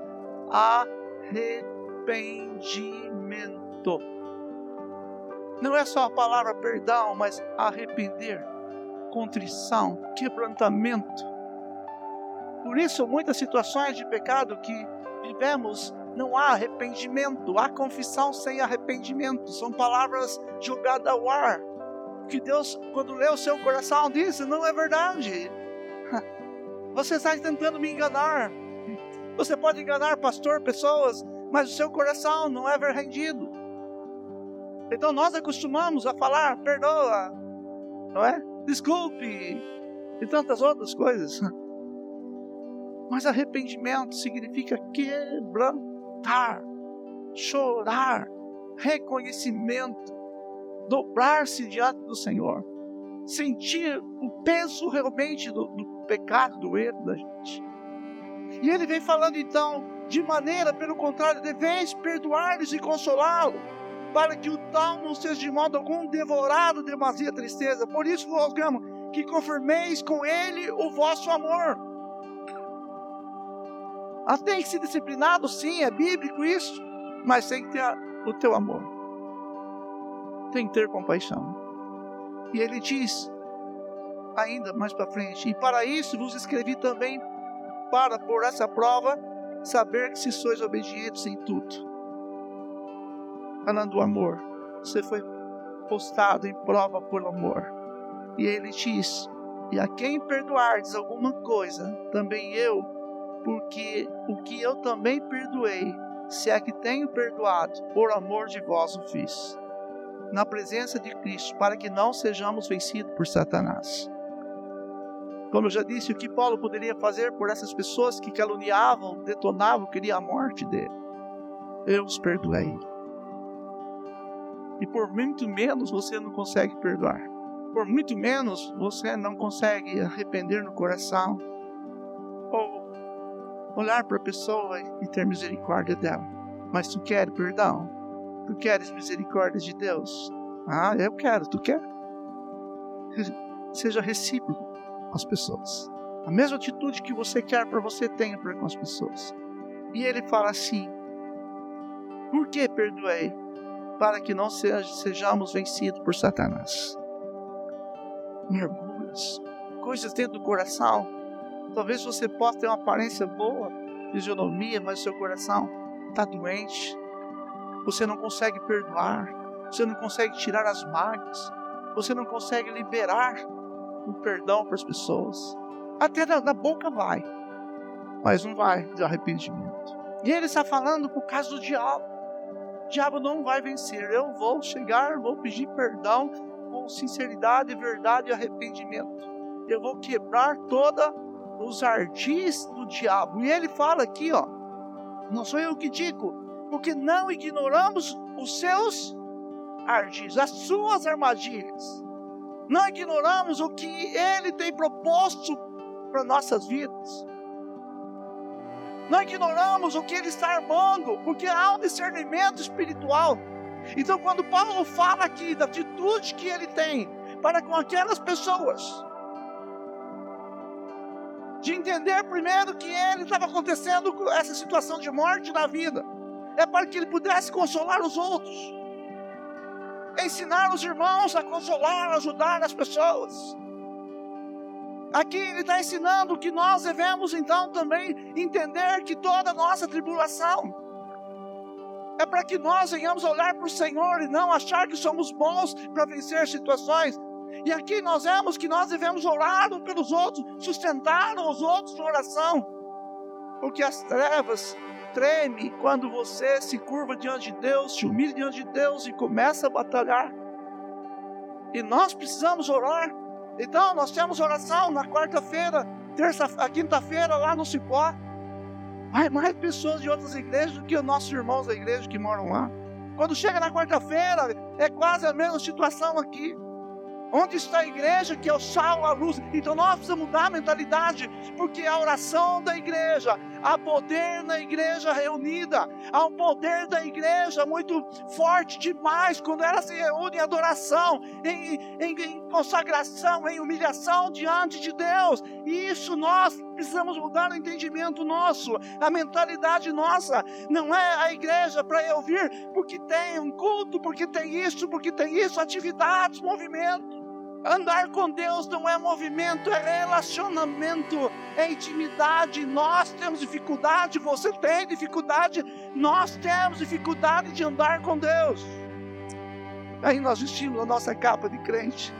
arrependimento. Não é só a palavra perdão, mas arrepender, contrição, quebrantamento. Por isso, muitas situações de pecado que vivemos, não há arrependimento, há confissão sem arrependimento. São palavras jogadas ao ar. Que Deus, quando lê o seu coração, diz, não é verdade. Você está tentando me enganar. Você pode enganar pastor, pessoas, mas o seu coração não é rendido. Então nós acostumamos a falar, perdoa, não é? Desculpe, e tantas outras coisas. Mas arrependimento significa quebrantar, chorar, reconhecimento, dobrar-se diante do Senhor, sentir o peso realmente do pecado, do erro da gente. E ele vem falando então, de maneira, pelo contrário, deveis perdoar-lhes e consolá-los, para que o tal não seja de modo algum devorado de demasiada tristeza. Por isso vos rogamos que confirmeis com ele o vosso amor. Tem que ser disciplinado, sim, é bíblico isso, mas tem que ter o teu amor. Tem que ter compaixão. E ele diz, ainda mais para frente, e para isso vos escrevi também, para por essa prova, saber que se sois obedientes em tudo. Falando do amor, você foi postado em prova por amor. E ele diz, e a quem perdoardes alguma coisa, também eu, porque o que eu também perdoei, se é que tenho perdoado, por amor de vós o fiz, na presença de Cristo, para que não sejamos vencidos por Satanás. Como eu já disse, o que Paulo poderia fazer por essas pessoas que caluniavam, detonavam, queriam a morte dele? Eu os perdoei. E por muito menos você não consegue perdoar. Por muito menos você não consegue arrepender no coração. Ou olhar para a pessoa e ter misericórdia dela. Mas tu queres perdão? Tu queres misericórdia de Deus? Ah, eu quero. Tu quer? Seja recíproco com as pessoas. A mesma atitude que você quer para você, tenha para com as pessoas. E ele fala assim: por que perdoei? Para que não sejamos vencidos por Satanás. Mergulhos, coisas dentro do coração. Talvez você possa ter uma aparência boa, fisionomia, mas seu coração está doente. Você não consegue perdoar. Você não consegue tirar as mágoas. Você não consegue liberar o perdão para as pessoas. Até na boca vai, mas não vai de arrependimento. E ele está falando por causa do diabo. O diabo não vai vencer. Eu vou chegar, vou pedir perdão com sinceridade, verdade e arrependimento. Eu vou quebrar todos os ardis do diabo. E ele fala aqui, ó, não sou eu que digo, porque não ignoramos os seus ardis, as suas armadilhas. Não ignoramos o que ele tem proposto para nossas vidas. Não ignoramos o que ele está armando, porque há um discernimento espiritual. Então, quando Paulo fala aqui da atitude que ele tem para com aquelas pessoas, de entender primeiro que ele estava acontecendo com essa situação de morte na vida, é para que ele pudesse consolar os outros, ensinar os irmãos a consolar, ajudar as pessoas. Aqui ele está ensinando que nós devemos então também entender que toda a nossa tribulação é para que nós venhamos olhar para o Senhor e não achar que somos bons para vencer situações. E aqui nós vemos que nós devemos orar uns pelos outros, sustentar os outros na oração, porque as trevas tremem quando você se curva diante de Deus, se humilha diante de Deus e começa a batalhar. E nós precisamos orar. Então nós temos oração na quarta-feira, a quinta-feira lá no Cipó. Mais pessoas de outras igrejas do que os nossos irmãos da igreja que moram lá. Quando chega na quarta-feira, é quase a mesma situação aqui. Onde está a igreja, que é o sal, a luz? Então nós precisamos mudar a mentalidade, porque a oração da igreja, há poder na igreja reunida, há um poder da igreja muito forte demais, quando ela se reúne em adoração, em consagração, em humilhação diante de Deus. E isso nós precisamos mudar o entendimento nosso, a mentalidade nossa. Não é a igreja para eu vir porque tem um culto, porque tem isso, atividades, movimento. Andar com Deus não é movimento, é relacionamento, é intimidade. Nós temos dificuldade, você tem dificuldade, nós temos dificuldade de andar com Deus. Aí nós vestimos a nossa capa de crente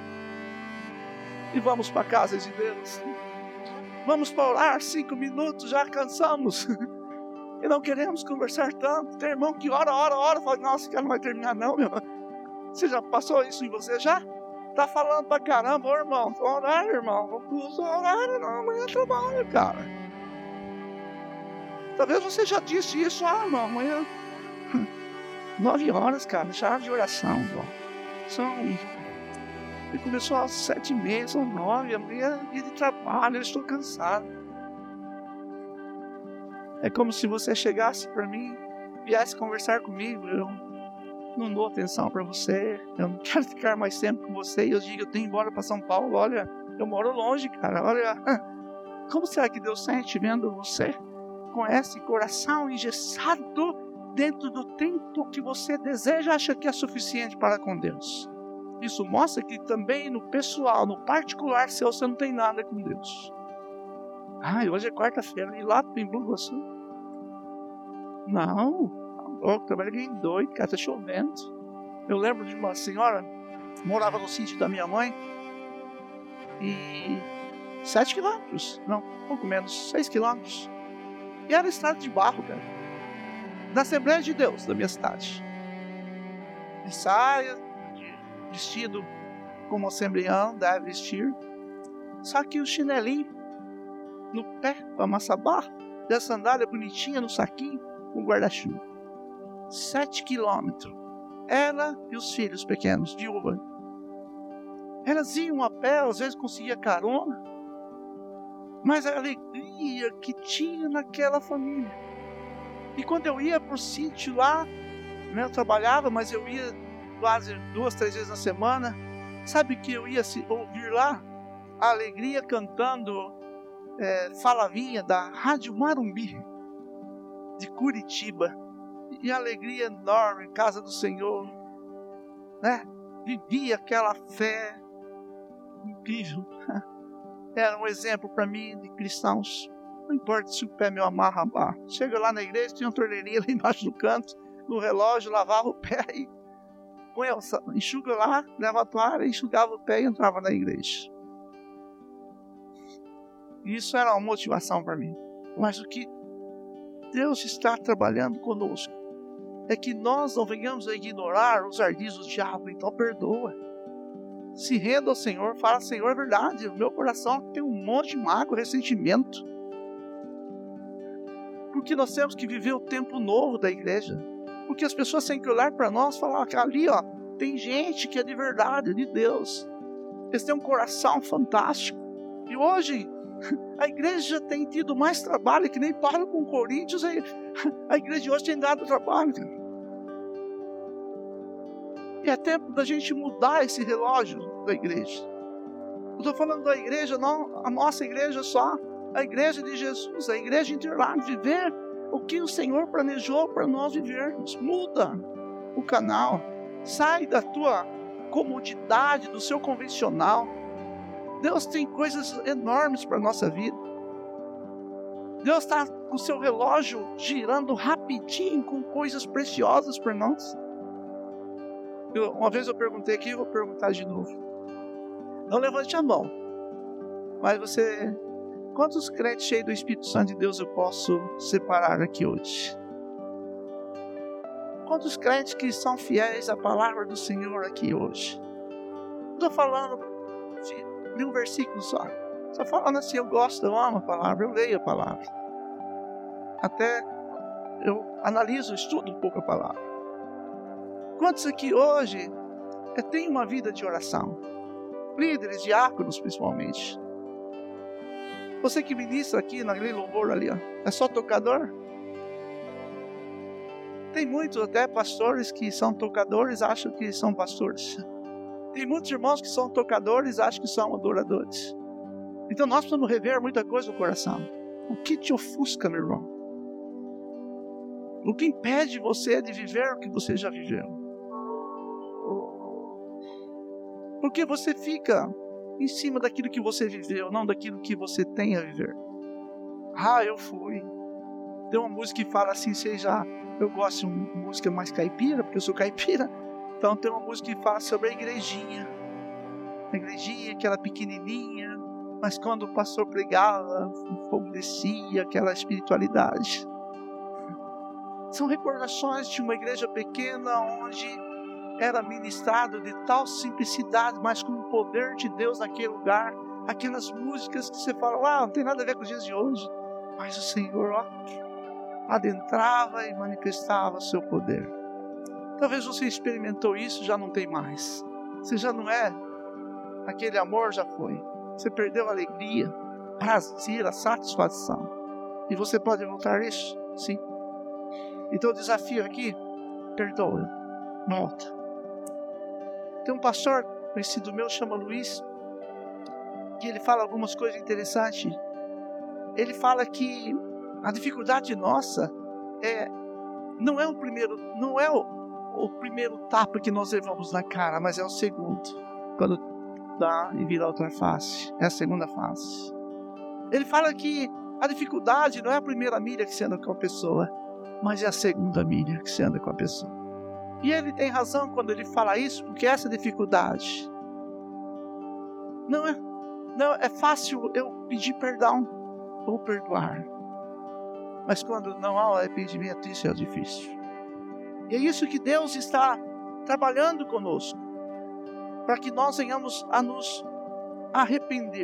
e vamos para a casa de Deus. Vamos para orar 5 minutos, já cansamos e não queremos conversar tanto. Tem irmão que ora, fala: nossa, que não vai terminar não, meu. Você já passou isso em você já? Tá falando pra caramba, ô irmão, orar, irmão, não precisa orar, não, amanhã trabalho, cara. Talvez você já disse isso, irmão, amanhã 9 horas, cara, já de oração, irmão. Ele começou às 7h30, são 9, amanhã é dia de trabalho, eu estou cansado. É como se você chegasse pra mim, viesse conversar comigo, eu não dou atenção para você, eu não quero ficar mais tempo com você, e eu digo: eu tenho que ir embora para São Paulo, olha, eu moro longe, cara, olha, como será que Deus sente vendo você com esse coração engessado dentro do tempo que você deseja, acha que é suficiente para com Deus? Isso mostra que também no pessoal, no particular seu, você não tem nada com Deus. Hoje é quarta-feira, e lá em Blugaçu? Não. Eu trabalhei doido, cara, tá chovendo. Eu lembro de uma senhora, morava no sítio da minha mãe, e 7 quilômetros, não, pouco menos, 6 quilômetros. E era estrada de barro, cara. Da Assembleia de Deus, da minha cidade. De saia, vestido como assembleano deve vestir. Só que o chinelinho no pé, para amassar barro, da sandália bonitinha no saquinho, com guarda-chuva. 7 quilômetros. Ela e os filhos pequenos, de Uber. Elas iam a pé, às vezes conseguia carona. Mas a alegria que tinha naquela família. E quando eu ia para o sítio lá, eu trabalhava, mas eu ia quase 2, 3 vezes na semana. Sabe o que eu ia ouvir lá? A alegria cantando Falavinha da Rádio Marumbi, de Curitiba. E alegria enorme, casa do Senhor, né? Vivia aquela fé incrível. Era um exemplo para mim de cristãos. Não importa se o pé meu amarra, chega lá na igreja, tinha uma torneirinha lá embaixo do canto, no relógio, lavava o pé e enxuga lá, leva a toalha, enxugava o pé e entrava na igreja. Isso era uma motivação para mim. Mas o que Deus está trabalhando conosco é que nós não venhamos a ignorar os ardis do diabo. Então perdoa. Se renda ao Senhor, fala: Senhor, é verdade, o meu coração tem um monte de mágoa, ressentimento. Porque nós temos que viver o tempo novo da igreja. Porque as pessoas têm que olhar para nós e falar que ali, tem gente que é de verdade, de Deus. Eles têm um coração fantástico. E hoje, a igreja tem tido mais trabalho, que nem Paulo com Coríntios. A igreja de hoje tem dado trabalho. E é tempo da gente mudar esse relógio da igreja. Eu estou falando da igreja, não a nossa igreja só. A igreja de Jesus, a igreja Interlagos, viver o que o Senhor planejou para nós vivermos. Muda o canal. Sai da tua comodidade, do seu convencional. Deus tem coisas enormes para a nossa vida. Deus está com o seu relógio girando rapidinho com coisas preciosas para nós. Uma vez eu perguntei aqui, vou perguntar de novo. Não levante a mão. Mas você... Quantos crentes cheios do Espírito Santo de Deus eu posso separar aqui hoje? Quantos crentes que são fiéis à palavra do Senhor aqui hoje? Estou falando de um versículo só. Estou falando assim, eu gosto, eu amo a palavra, eu leio a palavra. Até eu analiso, estudo um pouco a palavra. Quantos aqui hoje têm uma vida de oração? Líderes, diáconos principalmente. Você que ministra aqui naquele louvor ali, é só tocador? Tem muitos até pastores que são tocadores, acham que são pastores. Tem muitos irmãos que são tocadores, acham que são adoradores. Então nós precisamos rever muita coisa no coração. O que te ofusca, meu irmão? O que impede você de viver o que você já viveu? Porque você fica em cima daquilo que você viveu, não daquilo que você tem a viver. Eu fui. Tem uma música que fala assim, eu gosto de música mais caipira, porque eu sou caipira. Então tem uma música que fala sobre a igrejinha. A igrejinha, aquela pequenininha, mas quando o pastor pregava, o fogo descia, aquela espiritualidade. São recordações de uma igreja pequena onde era ministrado de tal simplicidade, mas com o poder de Deus naquele lugar. Aquelas músicas que você fala, não tem nada a ver com os dias de hoje. Mas o Senhor, adentrava e manifestava o seu poder. Talvez você experimentou isso, já não tem mais. Você já não é, aquele amor já foi. Você perdeu a alegria, prazer, a satisfação. E você pode voltar isso? Sim. Então o desafio aqui, perdoa, volta. Tem um pastor conhecido meu, chama Luiz, que ele fala algumas coisas interessantes. Ele fala que a dificuldade nossa não é o primeiro tapa que nós levamos na cara, mas é o segundo, quando dá e vira a outra face, é a segunda face. Ele fala que a dificuldade não é a primeira milha que você anda com a pessoa, mas é a segunda milha que você anda com a pessoa. E ele tem razão quando ele fala isso, porque essa dificuldade não é fácil eu pedir perdão ou perdoar, mas quando não há arrependimento, isso é difícil. E é isso que Deus está trabalhando conosco, para que nós venhamos a nos arrepender.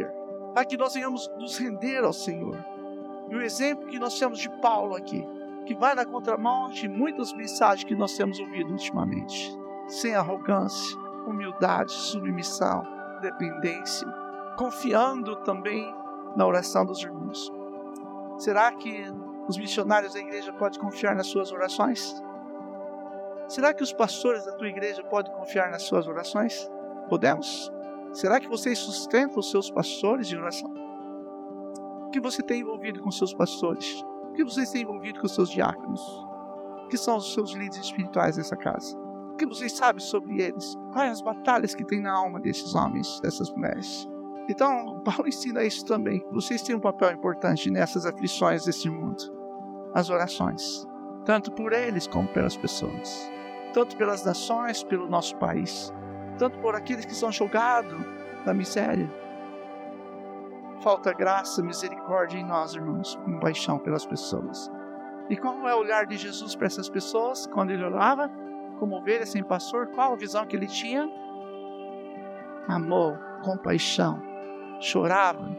para que nós venhamos nos render ao Senhor. E o exemplo que nós temos de Paulo aqui, que vai na contramão de muitas mensagens que nós temos ouvido ultimamente. Sem arrogância, humildade, submissão, dependência, confiando também na oração dos irmãos. Será que os missionários da igreja podem confiar nas suas orações? Será que os pastores da tua igreja podem confiar nas suas orações? Podemos? Será que vocês sustentam os seus pastores de oração? O que você tem envolvido com seus pastores? O que vocês têm envolvido com seus diáconos? Que são os seus líderes espirituais dessa casa? O que vocês sabem sobre eles? Quais as batalhas que tem na alma desses homens, dessas mulheres? Então, Paulo ensina isso também. Vocês têm um papel importante nessas aflições desse mundo. As orações. Tanto por eles como pelas pessoas. Tanto pelas nações, pelo nosso país. Tanto por aqueles que são jogados na miséria. Falta graça, misericórdia em nós, irmãos. Compaixão pelas pessoas. E qual é o olhar de Jesus para essas pessoas? Quando ele orava, como ovelha sem pastor, qual a visão que ele tinha? Amor, compaixão. Chorava.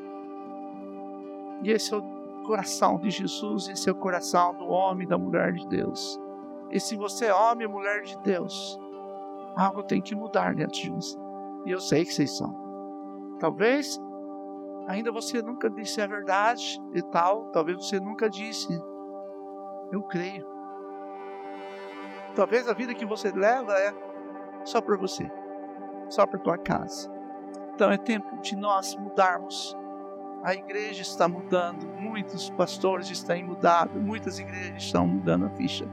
E esse é o coração de Jesus, esse é o coração do homem e da mulher de Deus. E se você é homem e mulher de Deus, algo tem que mudar dentro de você. E eu sei que vocês são. Talvez ainda você nunca disse a verdade e tal. Talvez você nunca disse, eu creio. Talvez a vida que você leva é só por você. Só por tua casa. Então é tempo de nós mudarmos. A igreja está mudando. Muitos pastores estão mudando. Muitas igrejas estão mudando a ficha.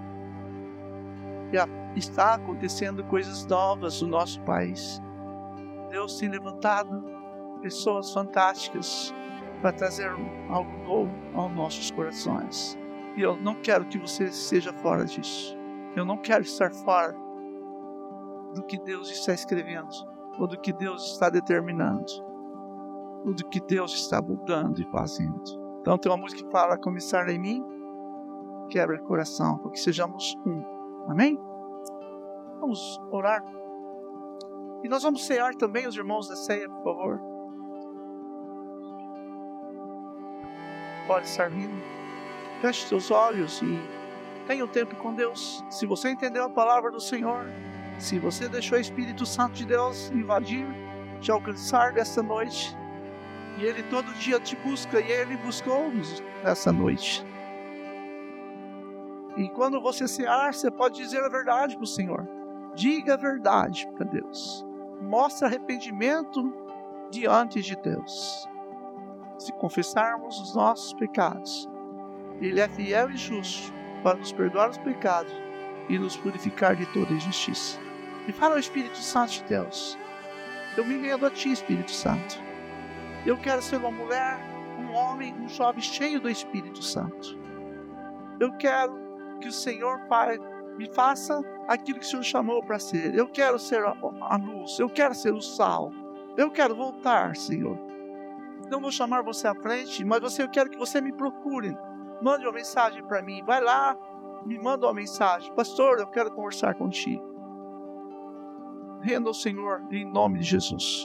E está acontecendo coisas novas no nosso país. Deus tem levantado pessoas fantásticas para trazer algo novo aos nossos corações. E eu não quero que você seja fora disso. Eu não quero estar fora do que Deus está escrevendo, ou do que Deus está determinando, ou do que Deus está mudando e fazendo. Então tem uma música que fala, começar em mim, quebra o coração, para que sejamos um. Amém? Vamos orar. E nós vamos cear também os irmãos da ceia, por favor. Pode estar vindo. Feche seus olhos e tenha um tempo com Deus. Se você entendeu a palavra do Senhor, se você deixou o Espírito Santo de Deus invadir, te alcançar nessa noite, e Ele todo dia te busca, e Ele buscou-nos nessa noite. E quando você cear, você pode dizer a verdade para o Senhor. Diga a verdade para Deus. Mostre arrependimento diante de Deus. Se confessarmos os nossos pecados, Ele é fiel e justo para nos perdoar os pecados e nos purificar de toda injustiça. E fala ao Espírito Santo de Deus. Eu me rendo a Ti, Espírito Santo. Eu quero ser uma mulher, um homem, um jovem cheio do Espírito Santo. Eu quero que o Senhor, Pai, me faça aquilo que o Senhor chamou para ser. Eu quero ser a luz, eu quero ser o sal. Eu quero voltar, Senhor. Não vou chamar você à frente, mas eu quero que você me procure. Mande uma mensagem para mim. Vai lá, me manda uma mensagem. Pastor, eu quero conversar contigo. Renda ao Senhor em nome de Jesus.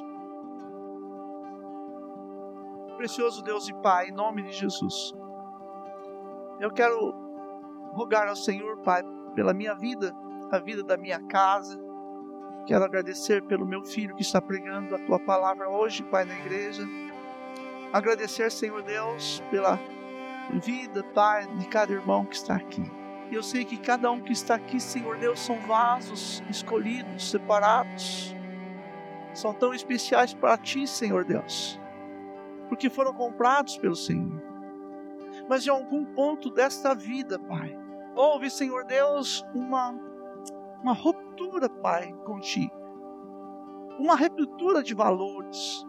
Precioso Deus e Pai, em nome de Jesus. Eu quero rogar ao Senhor, Pai, pela minha vida, a vida da minha casa. Quero agradecer pelo meu filho que está pregando a Tua palavra hoje, Pai, na igreja. Agradecer, Senhor Deus, pela vida, Pai, de cada irmão que está aqui. E eu sei que cada um que está aqui, Senhor Deus, são vasos escolhidos, separados. São tão especiais para Ti, Senhor Deus, porque foram comprados pelo Senhor. Mas em algum ponto desta vida, Pai, houve, Senhor Deus, uma ruptura, Pai, contigo. Uma ruptura de valores.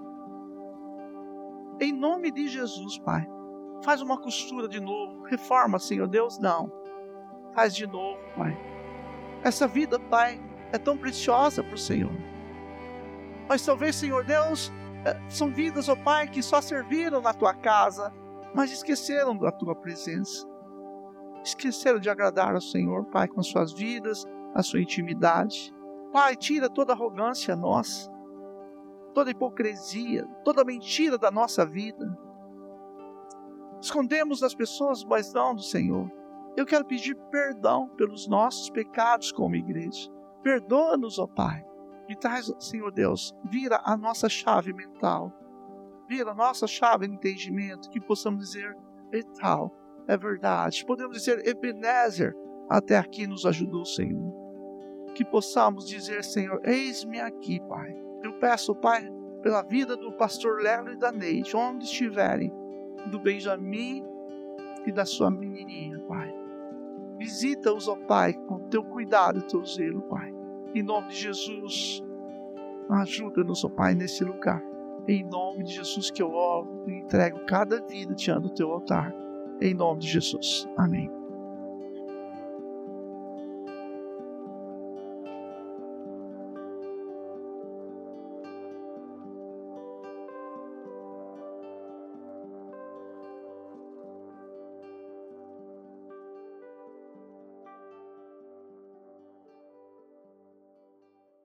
Em nome de Jesus, Pai, faz uma costura de novo. Reforma, Senhor Deus, não. Faz de novo, Pai. Essa vida, Pai, é tão preciosa para o Senhor. Mas talvez, Senhor Deus, são vidas, ó Pai, que só serviram na Tua casa, mas esqueceram da Tua presença. Esqueceram de agradar ao Senhor, Pai, com suas vidas, a sua intimidade. Pai, tira toda arrogância nossa, toda hipocrisia, toda mentira da nossa vida. Escondemos das pessoas, mas não do Senhor. Eu quero pedir perdão pelos nossos pecados como igreja. Perdoa-nos, ó Pai. E traz, Senhor Deus, vira a nossa chave mental. Vira a nossa chave de entendimento, que possamos dizer, e tal, é verdade. Podemos dizer, Ebenezer, até aqui nos ajudou o Senhor. Que possamos dizer, Senhor, eis-me aqui, Pai. Eu peço, Pai, pela vida do pastor Lelo e da Neide, onde estiverem, do Benjamin e da sua menininha, Pai. Visita-os, ó Pai, com teu cuidado e teu zelo, Pai. Em nome de Jesus, ajuda-nos, ó Pai, nesse lugar. Em nome de Jesus que eu oro e entrego cada vida diante do teu altar. Em nome de Jesus. Amém.